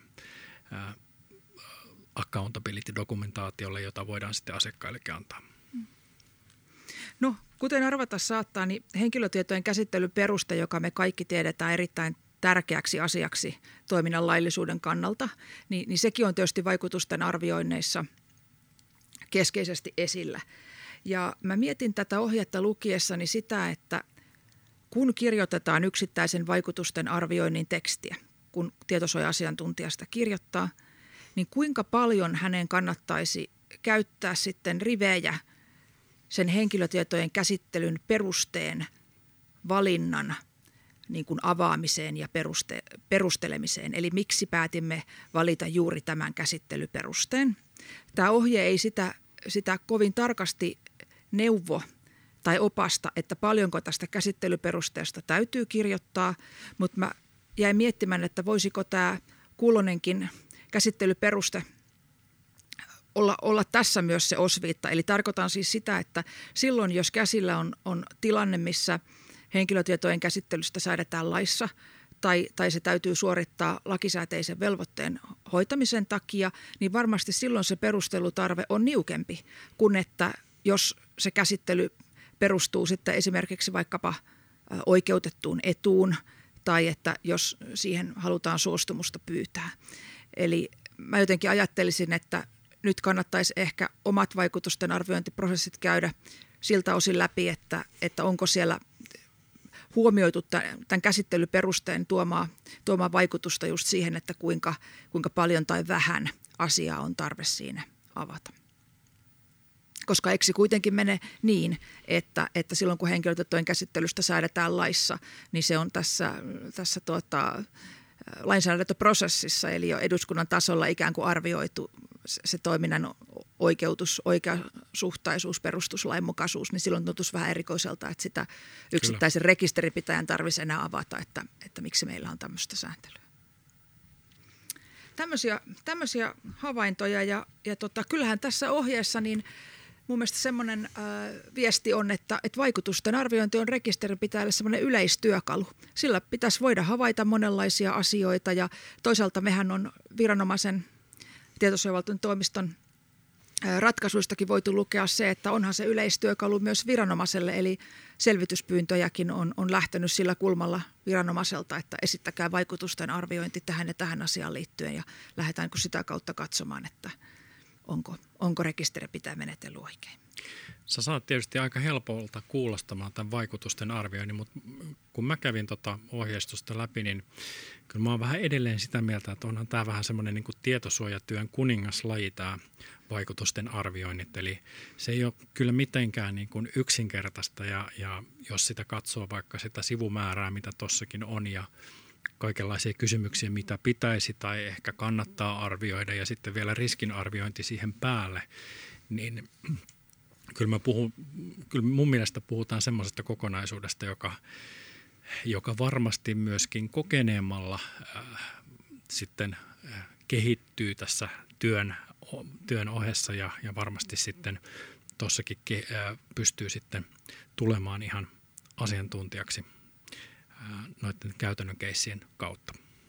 accountability-dokumentaatiolle, jota voidaan sitten asiakkaillekin antaa. No, kuten arvata saattaa, niin henkilötietojen käsittelyn peruste, joka me kaikki tiedetään erittäin tärkeäksi asiaksi toiminnan laillisuuden kannalta, niin sekin on tietysti vaikutusten arvioinneissa keskeisesti esillä. Ja mä mietin tätä ohjetta lukiessani sitä, että kun kirjoitetaan yksittäisen vaikutusten arvioinnin tekstiä, kun tietosuoja-asiantuntija sitä kirjoittaa, niin kuinka paljon hänen kannattaisi käyttää sitten rivejä sen henkilötietojen käsittelyn perusteen valinnan niin kuin avaamiseen ja perustelemiseen. Eli miksi päätimme valita juuri tämän käsittelyperusteen. Tämä ohje ei sitä kovin tarkasti neuvo tai opasta, että paljonko tästä käsittelyperusteesta täytyy kirjoittaa, mutta mä jäin miettimään, että voisiko tämä kulloinenkin käsittelyperuste olla tässä myös se osviitta. Eli tarkoitan siis sitä, että silloin jos käsillä on tilanne, missä henkilötietojen käsittelystä säädetään laissa tai se täytyy suorittaa lakisääteisen velvoitteen hoitamisen takia, niin varmasti silloin se perustelutarve on niukempi kuin että jos se käsittely perustuu sitten esimerkiksi vaikkapa oikeutettuun etuun tai että jos siihen halutaan suostumusta pyytää. Eli mä jotenkin ajattelisin, että nyt kannattaisi ehkä omat vaikutusten arviointiprosessit käydä siltä osin läpi, että onko siellä huomioitu tämän käsittelyperusteen tuomaa vaikutusta just siihen, että kuinka paljon tai vähän asiaa on tarve siinä avata. Koska eikö se kuitenkin mene niin, että silloin kun henkilötietojen käsittelystä säädetään laissa, niin se on tässä lainsäädäntöprosessissa, eli jo eduskunnan tasolla ikään kuin arvioitu se toiminnan oikeutus, oikeasuhtaisuus, perustuslainmukaisuus, niin silloin tuntuisi vähän erikoiselta, että sitä yksittäisen rekisterinpitäjän tarvitsisi enää avata, että miksi meillä on tämmöistä sääntelyä. Tämmöisiä havaintoja ja kyllähän tässä ohjeessa niin mun mielestä semmoinen viesti on, että vaikutusten arviointi on rekisterinpitäjälle semmoinen yleistyökalu. Sillä pitäisi voida havaita monenlaisia asioita ja toisaalta mehän on viranomaisen tietosuojavaltuutetun toimiston ratkaisuistakin voitu lukea se, että onhan se yleistyökalu myös viranomaiselle, eli selvityspyyntöjäkin on lähtenyt sillä kulmalla viranomaiselta, että esittäkää vaikutusten arviointi tähän ja tähän asiaan liittyen ja lähdetään sitä kautta katsomaan, että onko rekisterinpitäjä menetellyt oikein. Sä saat tietysti aika helpolta kuulostamaan tämän vaikutusten arvioinnin, mutta kun mä kävin ohjeistusta läpi, niin kyllä mä oon vähän edelleen sitä mieltä, että onhan tämä vähän semmoinen niin kuin tietosuojatyön kuningaslaji tämä vaikutusten arvioinnit. Eli se ei ole kyllä mitenkään niin kuin yksinkertaista ja jos sitä katsoo vaikka sitä sivumäärää, mitä tossakin on ja kaikenlaisia kysymyksiä, mitä pitäisi tai ehkä kannattaa arvioida ja sitten vielä riskinarviointi siihen päälle, niin kyllä mun mielestä puhutaan semmoisesta kokonaisuudesta, joka varmasti myöskin kokeneemmalla sitten kehittyy tässä työn ohessa ja varmasti sitten tuossakin pystyy sitten tulemaan ihan asiantuntijaksi noiden käytännön keissien kautta.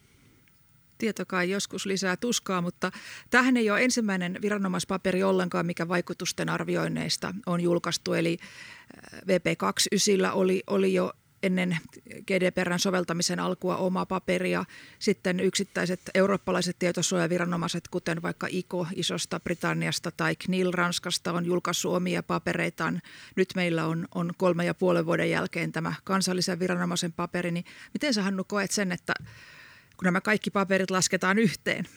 Tieto kai joskus lisää tuskaa, mutta tämähän ei ole ensimmäinen viranomaispaperi ollenkaan, mikä vaikutusten arvioinneista on julkaistu. Eli VP29 oli jo ennen GDPR:n soveltamisen alkua oma paperi ja sitten yksittäiset eurooppalaiset tietosuojaviranomaiset, kuten vaikka ICO Isosta Britanniasta tai CNIL Ranskasta on julkaissut omia papereitaan. Nyt meillä on 3,5 vuoden jälkeen tämä kansallisen viranomaisen paperi. Niin miten sä, Hannu, koet sen, että kun nämä kaikki paperit lasketaan yhteen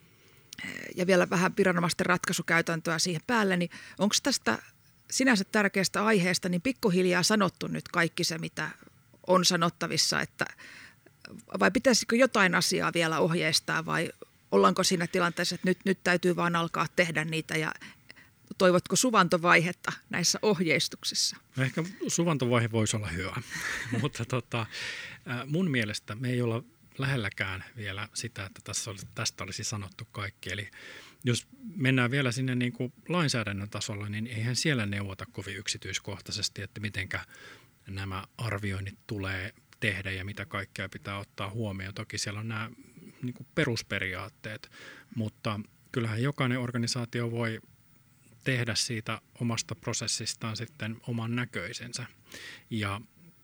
ja vielä vähän viranomaisten ratkaisukäytäntöä siihen päälle, niin onko tästä sinänsä tärkeästä aiheesta niin pikkuhiljaa sanottu nyt kaikki se, mitä on sanottavissa, vai pitäisikö jotain asiaa vielä ohjeistaa vai ollaanko siinä tilanteessa, että nyt täytyy vaan alkaa tehdä niitä ja toivotko suvantovaihetta näissä ohjeistuksissa? No ehkä suvantovaihe voisi olla hyvä, mutta mun mielestä me ei olla lähelläkään vielä sitä, että tästä olisi sanottu kaikki. Eli jos mennään vielä sinne niin kuin lainsäädännön tasolla, niin eihän siellä neuvota kovin yksityiskohtaisesti, että mitenkä nämä arvioinnit tulee tehdä ja mitä kaikkea pitää ottaa huomioon. Toki siellä on nämä niin kuin perusperiaatteet, mutta kyllähän jokainen organisaatio voi tehdä siitä omasta prosessistaan sitten oman näköisensä. Ja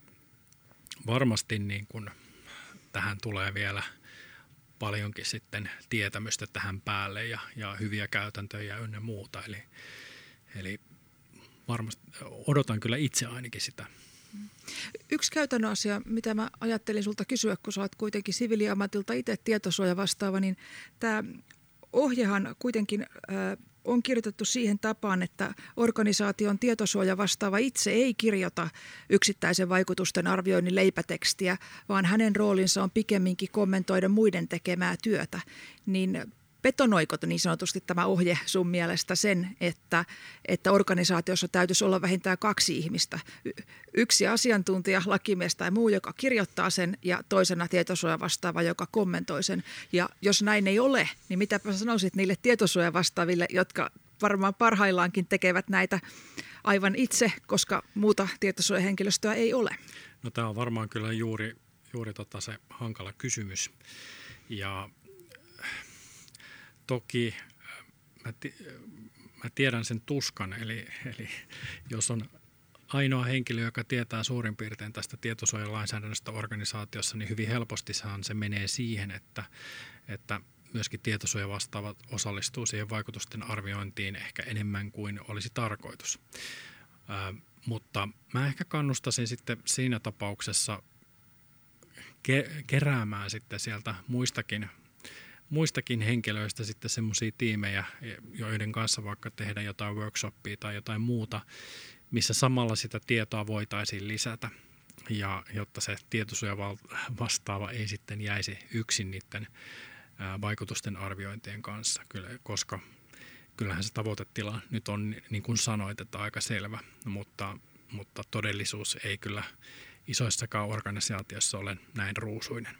varmasti niin kuin tähän tulee vielä paljonkin sitten tietämystä tähän päälle ja hyviä käytäntöjä ynnä muuta. Eli varmasti odotan kyllä itse ainakin sitä. Yksi käytännön asia, mitä mä ajattelin sulta kysyä, kun sä oot kuitenkin siviiliammatilta itse tietosuoja vastaava, niin tämä ohjehan kuitenkin on kirjoitettu siihen tapaan, että organisaation tietosuoja vastaava itse ei kirjoita yksittäisen vaikutusten arvioinnin leipätekstiä, vaan hänen roolinsa on pikemminkin kommentoida muiden tekemää työtä. Niin betonoiko niin sanotusti tämä ohje sun mielestä sen, että organisaatiossa täytyisi olla vähintään 2 ihmistä? Yksi asiantuntija, lakimies tai muu, joka kirjoittaa sen, ja toisena tietosuoja vastaava, joka kommentoi sen. Ja jos näin ei ole, niin mitäpä sanoisit niille tietosuoja vastaaville, jotka varmaan parhaillaankin tekevät näitä aivan itse, koska muuta tietosuojahenkilöstöä ei ole? No tämä on varmaan kyllä juuri se hankala kysymys. Ja toki mä tiedän sen tuskan, eli jos on ainoa henkilö, joka tietää suurin piirtein tästä tietosuojalainsäädännöstä organisaatiossa, niin hyvin helpostihan se menee siihen, että myöskin tietosuoja vastaavat osallistuu siihen vaikutusten arviointiin ehkä enemmän kuin olisi tarkoitus. Mutta mä ehkä kannustaisin sitten siinä tapauksessa keräämään sitten sieltä muistakin henkilöistä sitten semmoisia tiimejä, joiden kanssa vaikka tehdä jotain workshoppia tai jotain muuta, missä samalla sitä tietoa voitaisiin lisätä, ja jotta se tietosuoja vastaava ei sitten jäisi yksin niiden vaikutusten arviointien kanssa, koska kyllähän se tavoitetila nyt on, niin kuin sanoit, että aika selvä, mutta todellisuus ei kyllä isoissakaan organisaatioissa ole näin ruusuinen.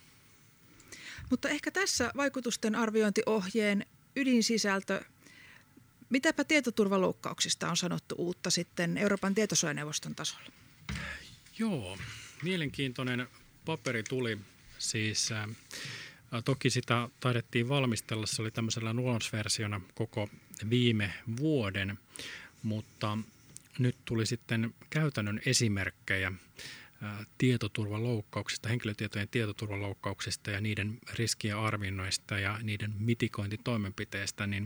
Mutta ehkä tässä vaikutusten arviointiohjeen ydinsisältö, mitäpä tietoturvaloukkauksista on sanottu uutta sitten Euroopan tietosuojaneuvoston tasolla? Joo, mielenkiintoinen paperi tuli. Siis toki sitä taidettiin valmistella, se oli tämmöisellä luonnosversiona koko viime vuoden, mutta nyt tuli sitten käytännön esimerkkejä tietoturvaloukkauksista, henkilötietojen tietoturvaloukkauksista ja niiden riskien arvioinnoista ja niiden mitikointitoimenpiteistä niin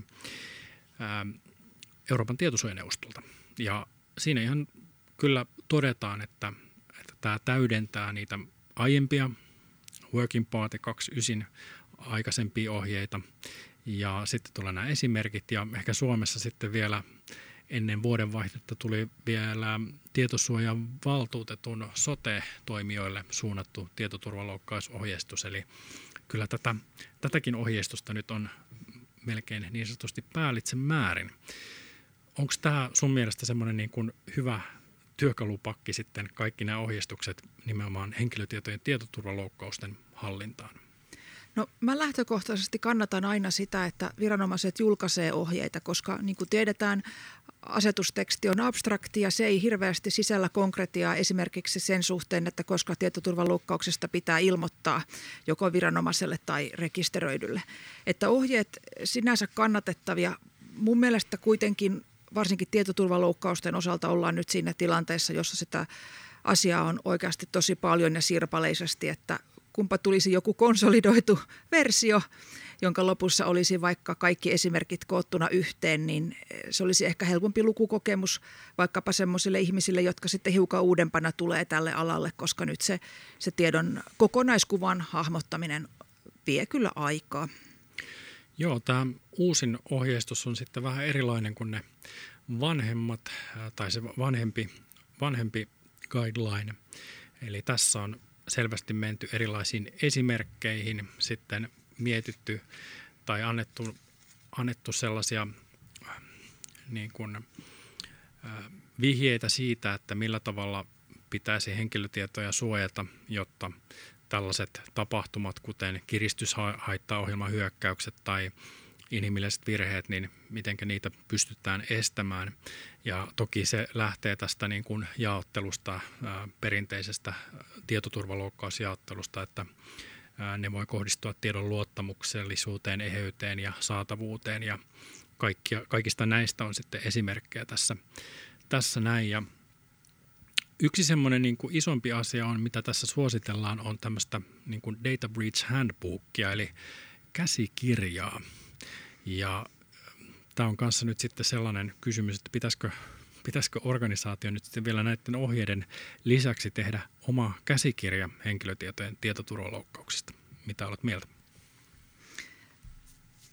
Euroopan tietosuojaneuvostolta. Ja siinä ihan kyllä todetaan, että tämä täydentää niitä aiempia Working Party 29 aikaisempia ohjeita, ja sitten tulee nämä esimerkit, ja ehkä Suomessa sitten vielä ennen vuodenvaihdetta tuli vielä tietosuojan valtuutetun sote-toimijoille suunnattu tietoturvaloukkausohjeistus. Eli kyllä tätäkin ohjeistusta nyt on melkein niin sanotusti päällitse määrin. Onko tämä sun mielestä semmoinen niin kuin hyvä työkalupakki sitten kaikki nämä ohjeistukset nimenomaan henkilötietojen tietoturvaloukkausten hallintaan? No mä lähtökohtaisesti kannatan aina sitä, että viranomaiset julkaisee ohjeita, koska niin kuin tiedetään, asetusteksti on abstrakti ja se ei hirveästi sisällä konkretiaa esimerkiksi sen suhteen, että koska tietoturvaloukkauksesta pitää ilmoittaa joko viranomaiselle tai rekisteröidylle. Että ohjeet sinänsä kannatettavia. Mun mielestä kuitenkin varsinkin tietoturvaloukkausten osalta ollaan nyt siinä tilanteessa, jossa sitä asiaa on oikeasti tosi paljon ja sirpaleisesti, että kumpa tulisi joku konsolidoitu versio, jonka lopussa olisi vaikka kaikki esimerkit koottuna yhteen, niin se olisi ehkä helpompi lukukokemus vaikkapa semmoisille ihmisille, jotka sitten hiukan uudempana tulee tälle alalle, koska nyt se tiedon kokonaiskuvan hahmottaminen vie kyllä aikaa. Joo, tämä uusin ohjeistus on sitten vähän erilainen kuin ne vanhemmat tai se vanhempi guideline. Eli tässä on selvästi menty erilaisiin esimerkkeihin, sitten mietitty tai annettu sellaisia niin kuin, vihjeitä siitä, että millä tavalla pitäisi henkilötietoja suojata, jotta tällaiset tapahtumat, kuten kiristyshaittaohjelmahyökkäykset tai inhimilliset virheet, niin miten niitä pystytään estämään. Ja toki se lähtee tästä niin kuin jaottelusta, perinteisestä tietoturvaloukkausjaottelusta, että ne voi kohdistua tiedon luottamuksellisuuteen, eheyteen ja saatavuuteen. Ja kaikista näistä on sitten esimerkkejä tässä näin. Ja yksi semmoinen niin kuin isompi asia on, mitä tässä suositellaan, on tämmöistä niin kuin Data Breach Handbookia, eli käsikirjaa. Ja tämä on kanssa nyt sitten sellainen kysymys, että pitäisikö organisaatio nyt sitten vielä näiden ohjeiden lisäksi tehdä oma käsikirja henkilötietojen tietoturvaloukkauksista? Mitä olet mieltä?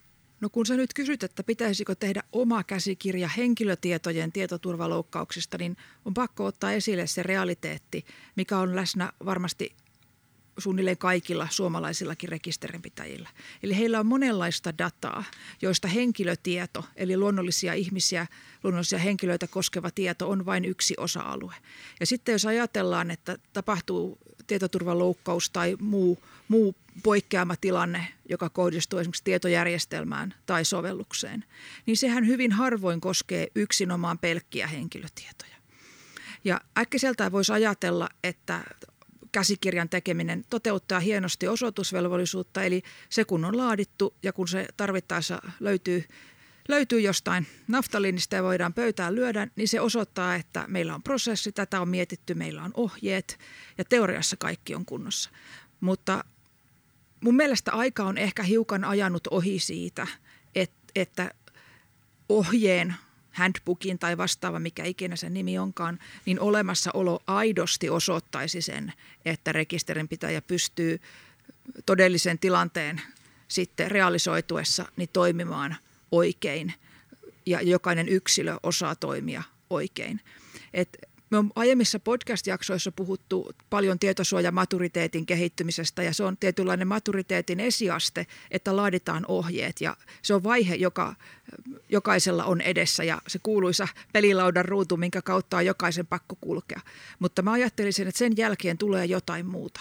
No kun sä nyt kysyt, että pitäisikö tehdä oma käsikirja henkilötietojen tietoturvaloukkauksista, niin on pakko ottaa esille se realiteetti, mikä on läsnä varmasti suunnilleen kaikilla suomalaisillakin rekisterinpitäjillä. Eli heillä on monenlaista dataa, joista henkilötieto, eli luonnollisia ihmisiä, luonnollisia henkilöitä koskeva tieto on vain yksi osa-alue. Ja sitten jos ajatellaan, että tapahtuu tietoturvaloukkaus tai muu poikkeama tilanne, joka kohdistuu esimerkiksi tietojärjestelmään tai sovellukseen, niin sehän hyvin harvoin koskee yksinomaan pelkkiä henkilötietoja. Ja äkkiseltään voisi ajatella, että käsikirjan tekeminen toteuttaa hienosti osoitusvelvollisuutta, eli se kun on laadittu ja kun se tarvittaessa löytyy jostain naftaliinista ja voidaan pöytään lyödä, niin se osoittaa, että meillä on prosessi, tätä on mietitty, meillä on ohjeet ja teoriassa kaikki on kunnossa. Mutta mun mielestä aika on ehkä hiukan ajanut ohi siitä, että ohjeen, handbookin tai vastaava, mikä ikinä sen nimi onkaan, niin olemassaolo aidosti osoittaisi sen, että rekisterinpitäjä pystyy todellisen tilanteen sitten realisoituessa niin toimimaan oikein ja jokainen yksilö osaa toimia oikein. Me on aiemmissa podcast-jaksoissa puhuttu paljon tietosuojamaturiteetin kehittymisestä ja se on tietynlainen maturiteetin esiaste, että laaditaan ohjeet ja se on vaihe, joka jokaisella on edessä ja se kuuluisa pelilaudan ruutu, minkä kautta on jokaisen pakko kulkea. Mutta mä ajattelisin, että sen jälkeen tulee jotain muuta.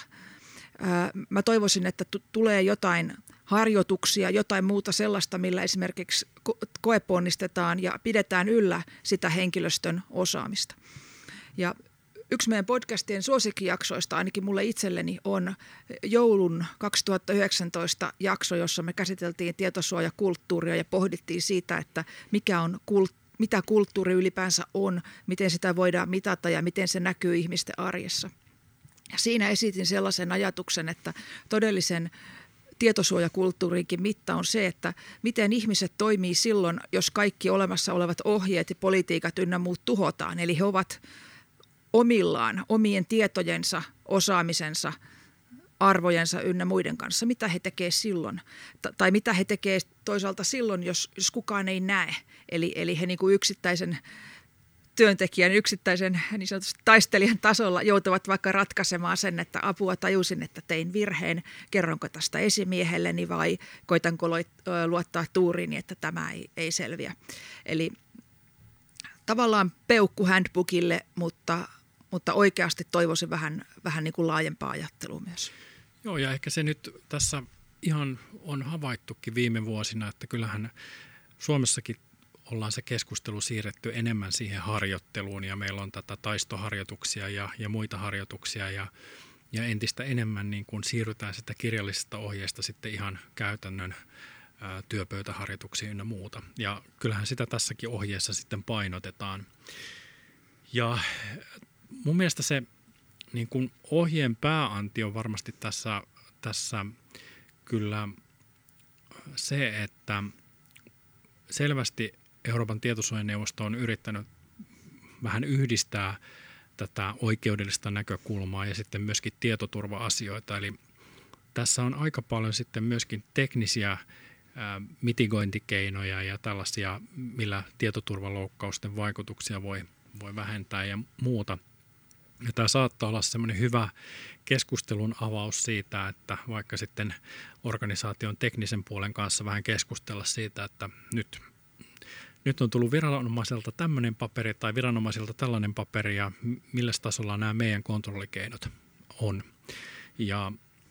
Mä toivoisin, että tulee jotain harjoituksia, jotain muuta sellaista, millä esimerkiksi koeponnistetaan ja pidetään yllä sitä henkilöstön osaamista. Ja yksi meidän podcastien suosikkijaksoista ainakin mulle itselleni on joulun 2019 jakso, jossa me käsiteltiin tietosuojakulttuuria ja pohdittiin siitä, että mitä kulttuuri ylipäänsä on, miten sitä voidaan mitata ja miten se näkyy ihmisten arjessa. Ja siinä esitin sellaisen ajatuksen, että todellisen tietosuojakulttuurinkin mitta on se, että miten ihmiset toimii silloin, jos kaikki olemassa olevat ohjeet ja politiikat ynnä muut tuhotaan. Eli he ovat omillaan, omien tietojensa, osaamisensa, arvojensa ynnä muiden kanssa. Mitä he tekee silloin? Tai mitä he tekee toisaalta silloin, jos kukaan ei näe? Eli he niin kuin yksittäisen työntekijän, yksittäisen niin sanotusti taistelijan tasolla joutuvat vaikka ratkaisemaan sen, että apua tajusin, että tein virheen, kerronko tästä esimiehelleni vai koitanko luottaa tuuriini, että tämä ei selviä. Eli tavallaan peukku handbookille, mutta oikeasti toivoisin vähän niin kuin laajempaa ajattelua myös. Joo, ja ehkä se nyt tässä ihan on havaittukin viime vuosina, että kyllähän Suomessakin ollaan se keskustelu siirretty enemmän siihen harjoitteluun ja meillä on tätä taistoharjoituksia ja muita harjoituksia ja entistä enemmän niin kuin siirrytään sitä kirjallisesta ohjeesta sitten ihan käytännön työpöytäharjoituksiin ynnä muuta. Ja kyllähän sitä tässäkin ohjeessa sitten painotetaan. Ja mun mielestä se niin kuin ohjeen pääanti on varmasti tässä kyllä se, että selvästi Euroopan tietosuojaneuvosto on yrittänyt vähän yhdistää tätä oikeudellista näkökulmaa ja sitten myöskin tietoturva-asioita. Eli tässä on aika paljon sitten myöskin teknisiä mitigointikeinoja ja tällaisia, millä tietoturvaloukkausten vaikutuksia voi vähentää ja muuta. Ja tämä saattaa olla semmoinen hyvä keskustelun avaus siitä, että vaikka sitten organisaation teknisen puolen kanssa vähän keskustella siitä, että nyt on tullut viranomaiselta tämmöinen paperi tai viranomaisilta tällainen paperi ja millä tasolla nämä meidän kontrollikeinot on. Ja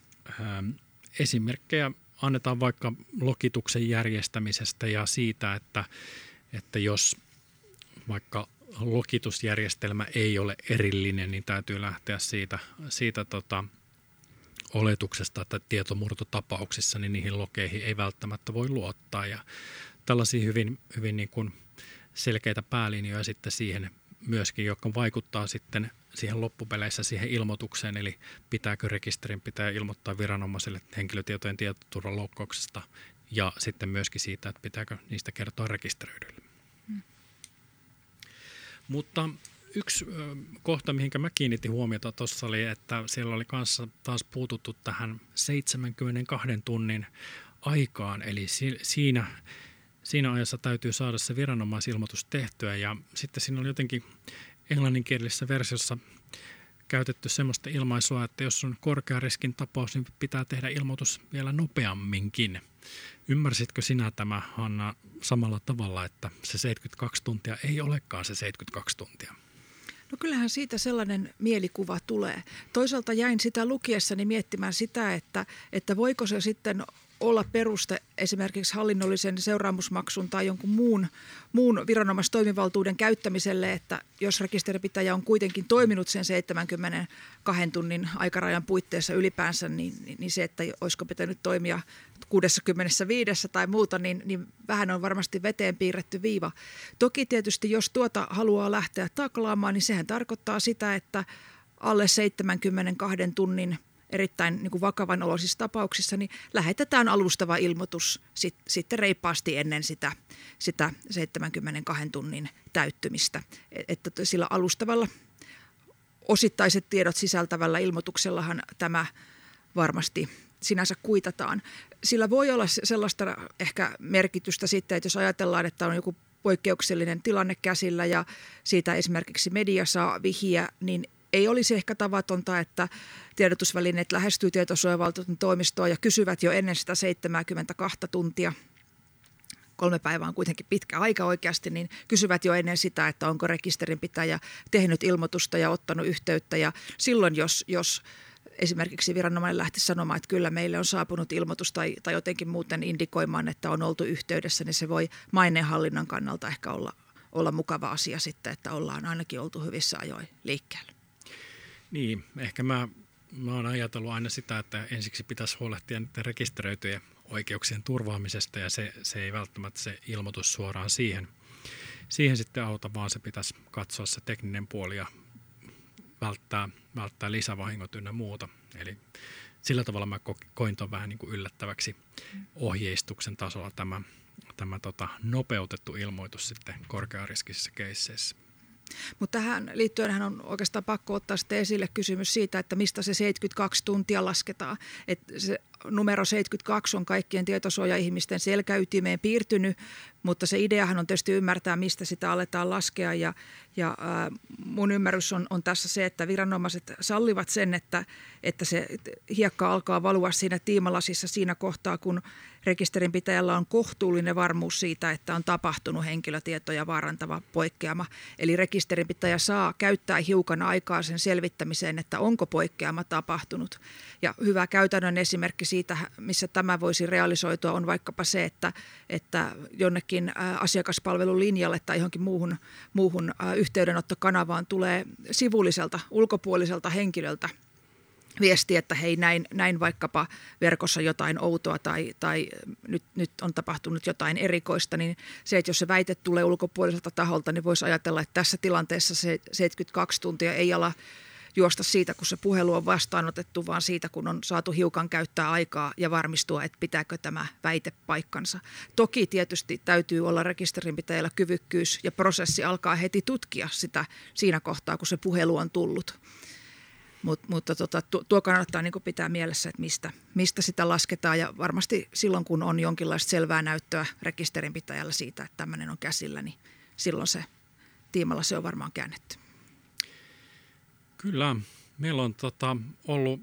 esimerkkejä annetaan vaikka lokituksen järjestämisestä ja siitä, että jos vaikka lokitusjärjestelmä ei ole erillinen, niin täytyy lähteä siitä oletuksesta, että tietomurtotapauksissa niin niihin lokeihin ei välttämättä voi luottaa. Ja tällaisia hyvin niin kuin selkeitä päälinjoja sitten siihen myöskin, jotka vaikuttaa sitten siihen loppupeleissä siihen ilmoitukseen, eli pitääkö rekisterin pitää ilmoittaa viranomaiselle henkilötietojen tietoturvan loukkauksesta ja sitten myöskin siitä, että pitääkö niistä kertoa rekisteröidyille. Mutta yksi kohta, mihinkä mä kiinnitin huomiota tuossa oli, että siellä oli kanssa taas puututtu tähän 72 tunnin aikaan, eli siinä ajassa täytyy saada se viranomaisilmoitus tehtyä, ja sitten siinä on jotenkin englanninkielisessä versiossa käytetty semmoista ilmaisua, että jos on korkean riskin tapaus, niin pitää tehdä ilmoitus vielä nopeamminkin. Ymmärsitkö sinä tämä, Hanna, samalla tavalla, että se 72 tuntia ei olekaan se 72 tuntia? No kyllähän siitä sellainen mielikuva tulee. Toisaalta jäin sitä lukiessani miettimään sitä, että voiko se sitten olla peruste esimerkiksi hallinnollisen seuraamusmaksun tai jonkun muun viranomaistoimivaltuuden käyttämiselle, että jos rekisterinpitäjä on kuitenkin toiminut sen 72 tunnin aikarajan puitteissa ylipäänsä, niin se, että olisiko pitänyt toimia 65 tai muuta, niin vähän on varmasti veteen piirretty viiva. Toki tietysti, jos tuota haluaa lähteä taklaamaan, niin sehän tarkoittaa sitä, että alle 72 tunnin erittäin niin kuin vakavan oloisissa tapauksissa, niin lähetetään alustava ilmoitus sitten reippaasti ennen sitä 72 tunnin täyttymistä. Että sillä alustavalla osittaiset tiedot sisältävällä ilmoituksellahan tämä varmasti sinänsä kuitataan. Sillä voi olla sellaista ehkä merkitystä sitten, että jos ajatellaan, että on joku poikkeuksellinen tilanne käsillä ja siitä esimerkiksi media saa vihjiä, niin ei olisi ehkä tavatonta, että tiedotusvälineet lähestyy tietosuojavaltuutetun toimistoon ja kysyvät jo ennen sitä 72 tuntia. 3 päivää on kuitenkin pitkä aika oikeasti, niin kysyvät jo ennen sitä, että onko rekisterinpitäjä tehnyt ilmoitusta ja ottanut yhteyttä. Ja silloin, jos esimerkiksi viranomainen lähti sanomaan, että kyllä meille on saapunut ilmoitus tai jotenkin muuten indikoimaan, että on oltu yhteydessä, niin se voi maineenhallinnan kannalta ehkä olla mukava asia sitten, että ollaan ainakin oltu hyvissä ajoin liikkeellä. Niin, ehkä mä oon ajatellut aina sitä, että ensiksi pitäisi huolehtia niiden rekisteröityjen oikeuksien turvaamisesta ja se ei välttämättä se ilmoitus suoraan siihen sitten auta, vaan se pitäisi katsoa se tekninen puoli ja välttää lisävahingot ynnä muuta. Eli sillä tavalla mä koin ton vähän niin kuin yllättäväksi ohjeistuksen tasolla tämä nopeutettu ilmoitus sitten korkeariskisissä keisseissä. Mutta tähän liittyen on oikeastaan pakko ottaa sitten esille kysymys siitä, että mistä se 72 tuntia lasketaan. Että se numero 72 on kaikkien tietosuoja-ihmisten selkäytimeen piirtynyt, mutta se ideahan on tietysti ymmärtää, mistä sitä aletaan laskea. Ja mun ymmärrys on tässä se, että viranomaiset sallivat sen, että se hiekka alkaa valua siinä tiimalasissa siinä kohtaa, kun rekisterinpitäjällä on kohtuullinen varmuus siitä, että on tapahtunut henkilötietoja vaarantava poikkeama. Eli rekisterinpitäjä saa käyttää hiukan aikaa sen selvittämiseen, että onko poikkeama tapahtunut. Ja hyvä käytännön esimerkki siitä, missä tämä voisi realisoitua, on vaikkapa se, että jonnekin asiakaspalvelun linjalle tai johonkin muuhun yhteydenottokanavaan tulee sivulliselta, ulkopuoliselta henkilöltä viesti, että hei, näin vaikkapa verkossa jotain outoa tai nyt on tapahtunut jotain erikoista, niin se, että jos se väite tulee ulkopuoliselta taholta, niin voisi ajatella, että tässä tilanteessa se 72 tuntia ei ala juosta siitä, kun se puhelu on vastaanotettu, vaan siitä, kun on saatu hiukan käyttää aikaa ja varmistua, että pitääkö tämä väite paikkansa. Toki tietysti täytyy olla rekisterinpitäjällä kyvykkyys ja prosessi alkaa heti tutkia sitä siinä kohtaa, kun se puhelu on tullut. Mutta tuo kannattaa niin kuin pitää mielessä, että mistä sitä lasketaan ja varmasti silloin, kun on jonkinlaista selvää näyttöä rekisterinpitäjällä siitä, että tämmöinen on käsillä, niin silloin se tiimalla se on varmaan käännetty. Kyllä, meillä on ollut,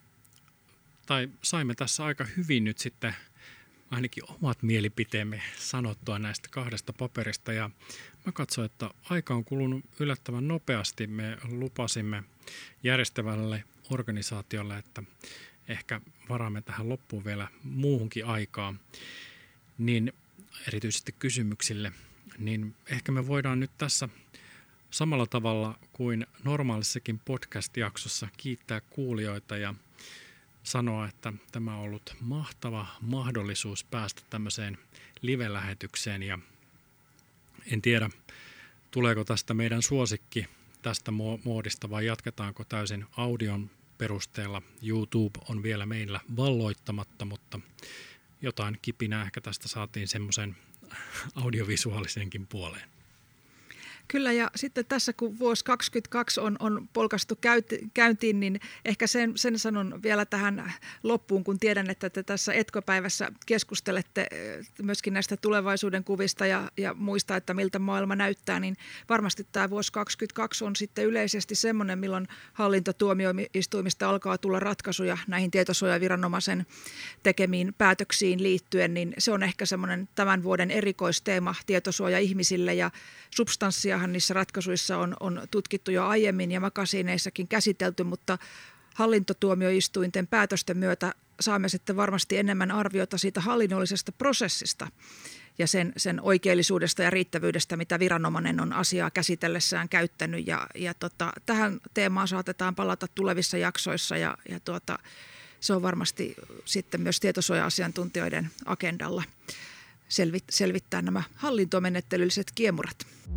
tai saimme tässä aika hyvin nyt sitten ainakin omat mielipiteemme sanottua näistä 2 paperista ja mä katsoin, että aika on kulunut yllättävän nopeasti. Me lupasimme järjestävälle organisaatiolle, että ehkä varaamme tähän loppuun vielä muuhunkin aikaa, niin erityisesti kysymyksille, niin ehkä me voidaan nyt tässä samalla tavalla kuin normaalissakin podcast-jaksossa kiittää kuulijoita ja sanoa, että tämä on ollut mahtava mahdollisuus päästä tämmöiseen live-lähetykseen ja en tiedä, tuleeko tästä meidän suosikki tästä moodista vai jatketaanko täysin audion perusteella. YouTube on vielä meillä valloittamatta, mutta jotain kipinää ehkä tästä saatiin semmoisen audiovisuaalisenkin puoleen. Kyllä, ja sitten tässä kun vuosi 2022 on polkastu käyntiin, niin ehkä sen sanon vielä tähän loppuun, kun tiedän, että te tässä Etkopäivässä keskustelette myöskin näistä tulevaisuuden kuvista ja muista, että miltä maailma näyttää, niin varmasti tämä vuosi 2022 on sitten yleisesti semmoinen, milloin hallintotuomioistuimista alkaa tulla ratkaisuja näihin tietosuojaviranomaisen tekemiin päätöksiin liittyen, niin se on ehkä semmoinen tämän vuoden erikoisteema tietosuoja ihmisille, ja substanssiahan niissä ratkaisuissa on tutkittu jo aiemmin ja makasiineissakin käsitelty, mutta hallintotuomioistuinten päätösten myötä saamme sitten varmasti enemmän arviota siitä hallinnollisesta prosessista ja sen oikeellisuudesta ja riittävyydestä, mitä viranomainen on asiaa käsitellessään käyttänyt. Tähän teemaan saatetaan palata tulevissa jaksoissa ja se on varmasti sitten myös tietosuoja-asiantuntijoiden agendalla selvittää nämä hallintomenettelylliset kiemurat.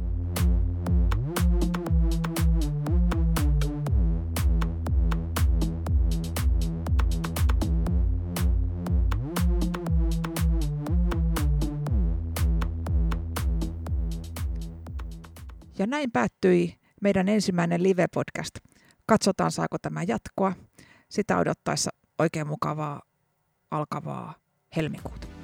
Ja näin päättyi meidän ensimmäinen live-podcast. Katsotaan, saako tämä jatkoa. Sitä odottaessa oikein mukavaa alkavaa helmikuuta.